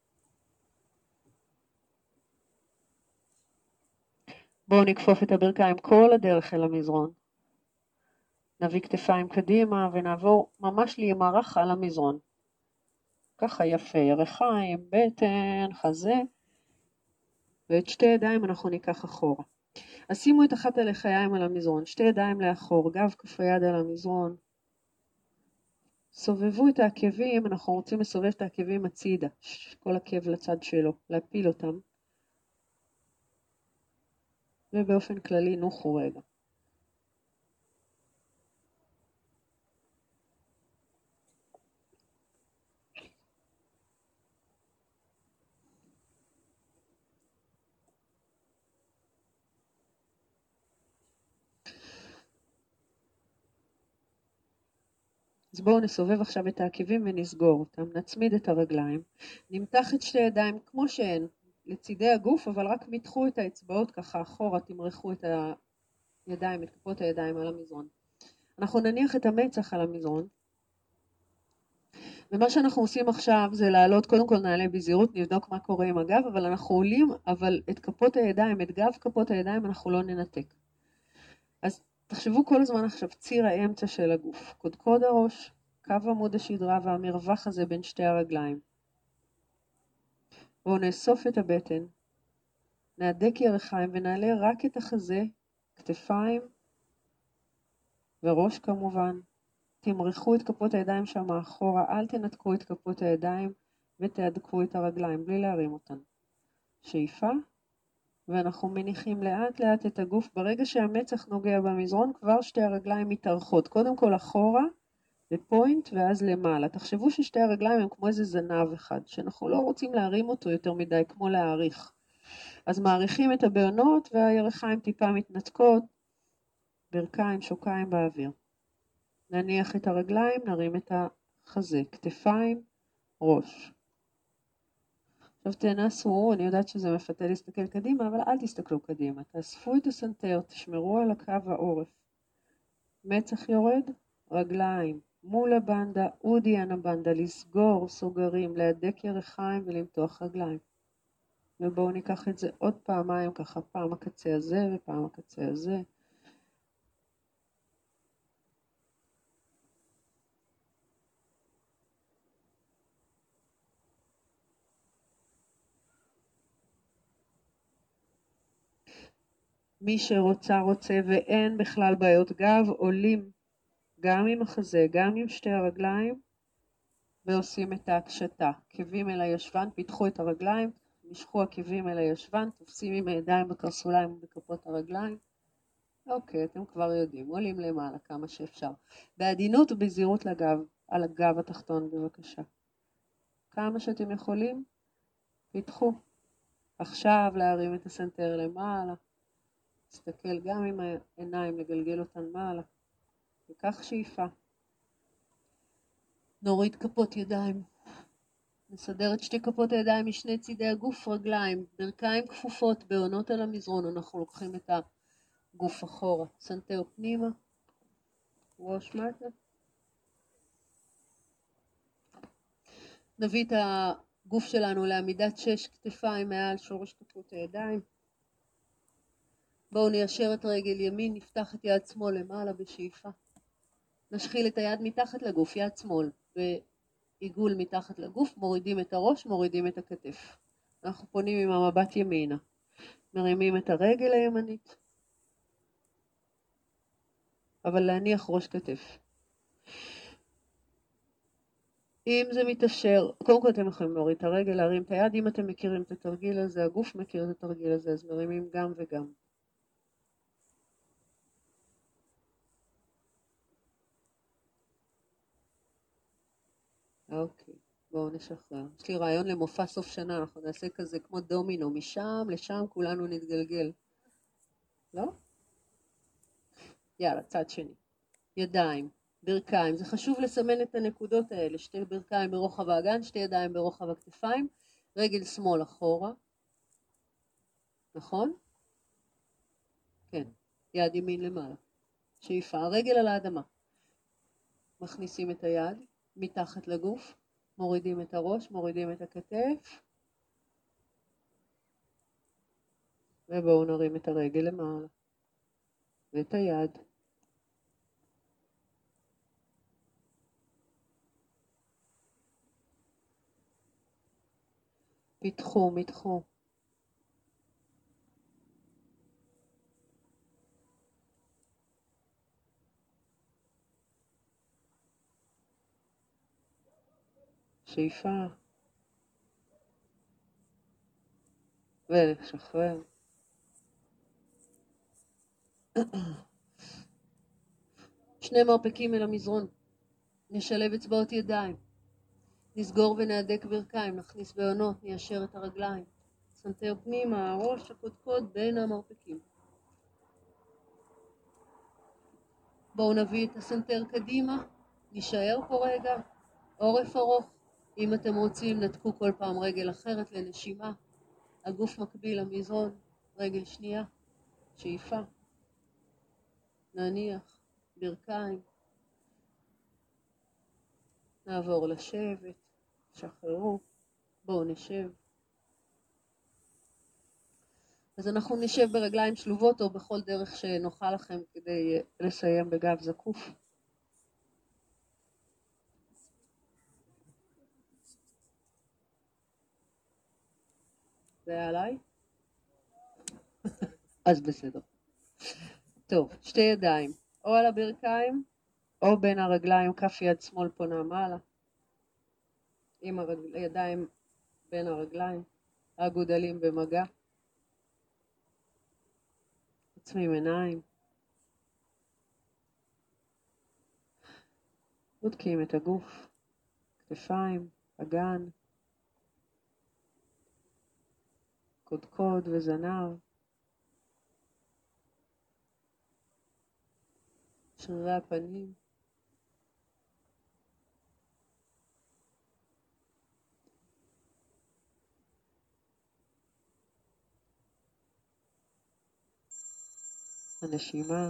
בואו נכפוף את הברכיים כל הדרך אל המזרון. נביא כתפיים קדימה ונעבור ממש להימרח על המזרון. ככה יפה, ירחיים, בטן, חזה, ואת שתי ידיים אנחנו ניקח אחורה. אז שימו את אחת הלחיים על המזרון, שתי ידיים לאחור, גב כף היד על המזרון. סובבו את העקבים, אנחנו רוצים לסובב את העקבים הצידה, כל עקב לצד שלו, להפיל אותם. ובאופן כללי נוחו רגע. אז בואו נסובב עכשיו את העקבים ונסגור אותם, נצמיד את הרגליים, נמתח את שתי ידיים כמו שהן לצידי הגוף, אבל רק מתחו את האצבעות ככה אחורה, תמרחו את הידיים, את כפות הידיים על המזרון. אנחנו נניח את המצח על המזרון, ומה שאנחנו עושים עכשיו זה לעלות, קודם כל נעלה בזהירות, נבדוק מה קורה עם הגב, אבל אנחנו עולים, אבל את כפות הידיים, את גב כפות הידיים אנחנו לא ננתק. אז תחשבו כל הזמן עכשיו ציר האמצע של הגוף, קודקוד הראש, קו עמוד השדרה והמרווח הזה בין שתי הרגליים. בואו נאסוף את הבטן, נהדק ירכיים ונעלה רק את החזה כתפיים וראש כמובן. תמרחו את כפות הידיים שם מאחורה, אל תנתקו את כפות הידיים ותהדקו את הרגליים בלי להרים אותן. שאיפה, ואנחנו מניחים לאט לאט את הגוף. ברגע שהמצח נוגע במזרון כבר שתי הרגליים מתארכות, קודם כל אחורה בפוינט ואז למעלה. תחשבו ששתי הרגליים הם כמו איזה זנב אחד, שאנחנו לא רוצים להרים אותו יותר מדי, כמו להעריך. אז מעריכים את הבעונות והירכיים טיפה מתנתקות, ברכיים, שוקיים באוויר. נניח את הרגליים, נרים את החזה, כתפיים, ראש. עכשיו תנסו, אני יודעת שזה מפתה להסתכל קדימה, אבל אל תסתכלו קדימה. תאספו את הסנטר, תשמרו על הקו העורף. מצח יורד, רגליים, מול הבנדה, אודיאן הבנדה, לסגור סוגרים, להדק ירכיים ולמתוח רגליים. ובואו ניקח את זה עוד פעמיים, ככה פעם הקצה הזה ופעם הקצה הזה. מי שרוצה רוצה ואין בכלל בעיות גב, עולים גם עם החזה, גם עם שתי הרגליים, ועושים את ההקשתה. עקבים אל הישבן, פיתחו את הרגליים, משכו עקבים אל הישבן, תופסים עם הידיים בקרסוליים ובכפות הרגליים. אוקיי, אתם כבר יודעים, עולים למעלה כמה שאפשר. בעדינות ובזהירות לגב, על הגב התחתון בבקשה. כמה שאתם יכולים, פיתחו. עכשיו להרים את הסנטר למעלה. תסתכל גם עם העיניים, לגלגל אותן מעלה. וכך שאיפה. נוריד כפות ידיים. נסדר את שתי כפות הידיים משני צידי הגוף, רגליים, ברכיים כפופות, בעונות על המזרון. אנחנו לוקחים את הגוף אחורה. סנטר פנימה. ראש מטה. נביא את הגוף שלנו לעמידת שש כתפיים מעל שורש כפות הידיים. בואו ניישר את רגל ימין, נפתח את יד שמאל למעלה בשאיפה. נשחיל את היד מתחת לגוף, יד שמאל, בעיגול מתחת לגוף, מורידים את הראש, מורידים את הכתף. אנחנו פונים עם המבט ימינה. מרימים את הרגל הימנית, אבל להניח ראש כתף. אם זה מתאפשר, קודם כל אתם יכולים להוריד את הרגל, להרים את היד. אם אתם מכירים את התרגיל הזה, הגוף מכיר את התרגיל הזה, אז מרימים גם וגם. אוקיי, בואו נשחרר. יש לי רעיון למופע סוף שנה, אנחנו נעשה כזה כמו דומינו, משם לשם כולנו נתגלגל. לא? יאללה, צד שני. ידיים, ברכיים, זה חשוב לסמן את הנקודות האלה, שתי ברכיים ברוחב האגן, שתי ידיים ברוחב הכתפיים, רגל שמאל אחורה, נכון? כן, יד ימין למעלה, שאיפה, הרגל על האדמה. מכניסים את היד מתחת לגוף, מורידים את הראש, מורידים את הכתף, ובואו נרים את הרגל למעלה, ואת היד. פיתחו, מתחו. שאיפה. ולשחרר. שני מרפקים אל המזרון. נשלב אצבעות ידיים. נסגור ונהדק ברכיים, נכניס בעונות, ניישר את הרגליים. סנטר פנימה, הראש הקודקוד בין המרפקים. בואו נביא את הסנטר קדימה, נשאר פה רגע, עורף ארוך. אם אתם רוצים, נתקו כל פעם רגל אחרת לנשימה. הגוף מקביל למזרון, רגל שנייה, שאיפה. נניח, ברכיים. נעבור לשבת, שחררו, בואו נשב. אז אנחנו נשב ברגליים שלובות או בכל דרך שנוחה לכם כדי לסיים בגב זקוף. זה עליי? אז בסדר. טוב, שתי ידיים, או על הברכיים, או בין הרגליים, כף יד שמאל פונה מעלה. עם הידיים בין הרגליים, הגודלים במגע. עוצמים עיניים. בודקים את הגוף, כתפיים, אגן, קודקוד וזנב. שרירי הפנים. הנשימה.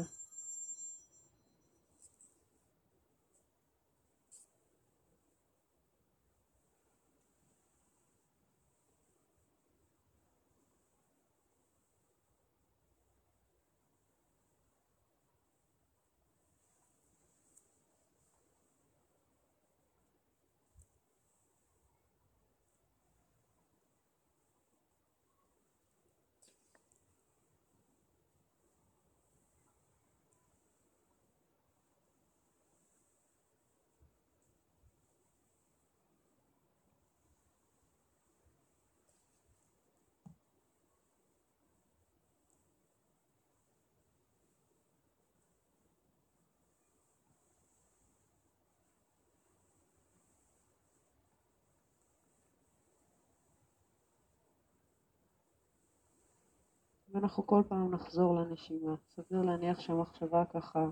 ואנחנו כל פעם נחזור לנשימה. סביר להניח שהמחשבה ככה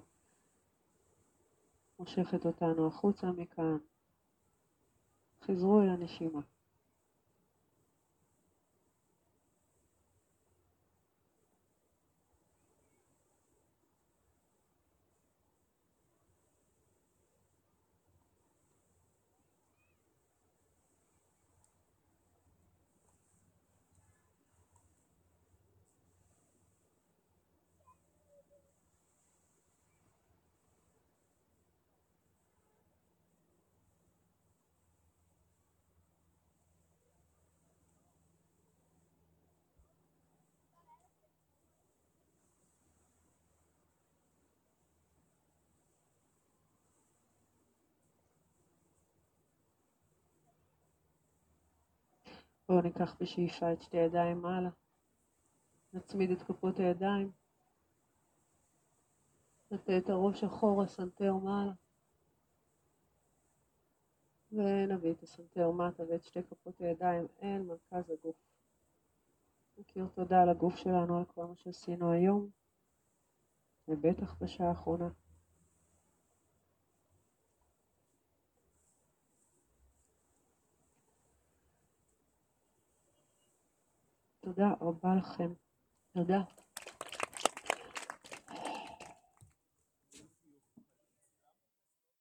מושכת אותנו החוצה מכאן. חזרו אל הנשימה. בואו ניקח בשאיפה את שתי ידיים מעלה. נצמיד את כפות הידיים. נטה את הראש אחורה, סנטר מעלה. ונביא את הסנטר מטה ואת שתי כפות הידיים אל מרכז הגוף. נכיר תודה על הגוף שלנו, על כל מה שעשינו היום, ובטח בשעה האחרונה. תודה רבה לכם. תודה.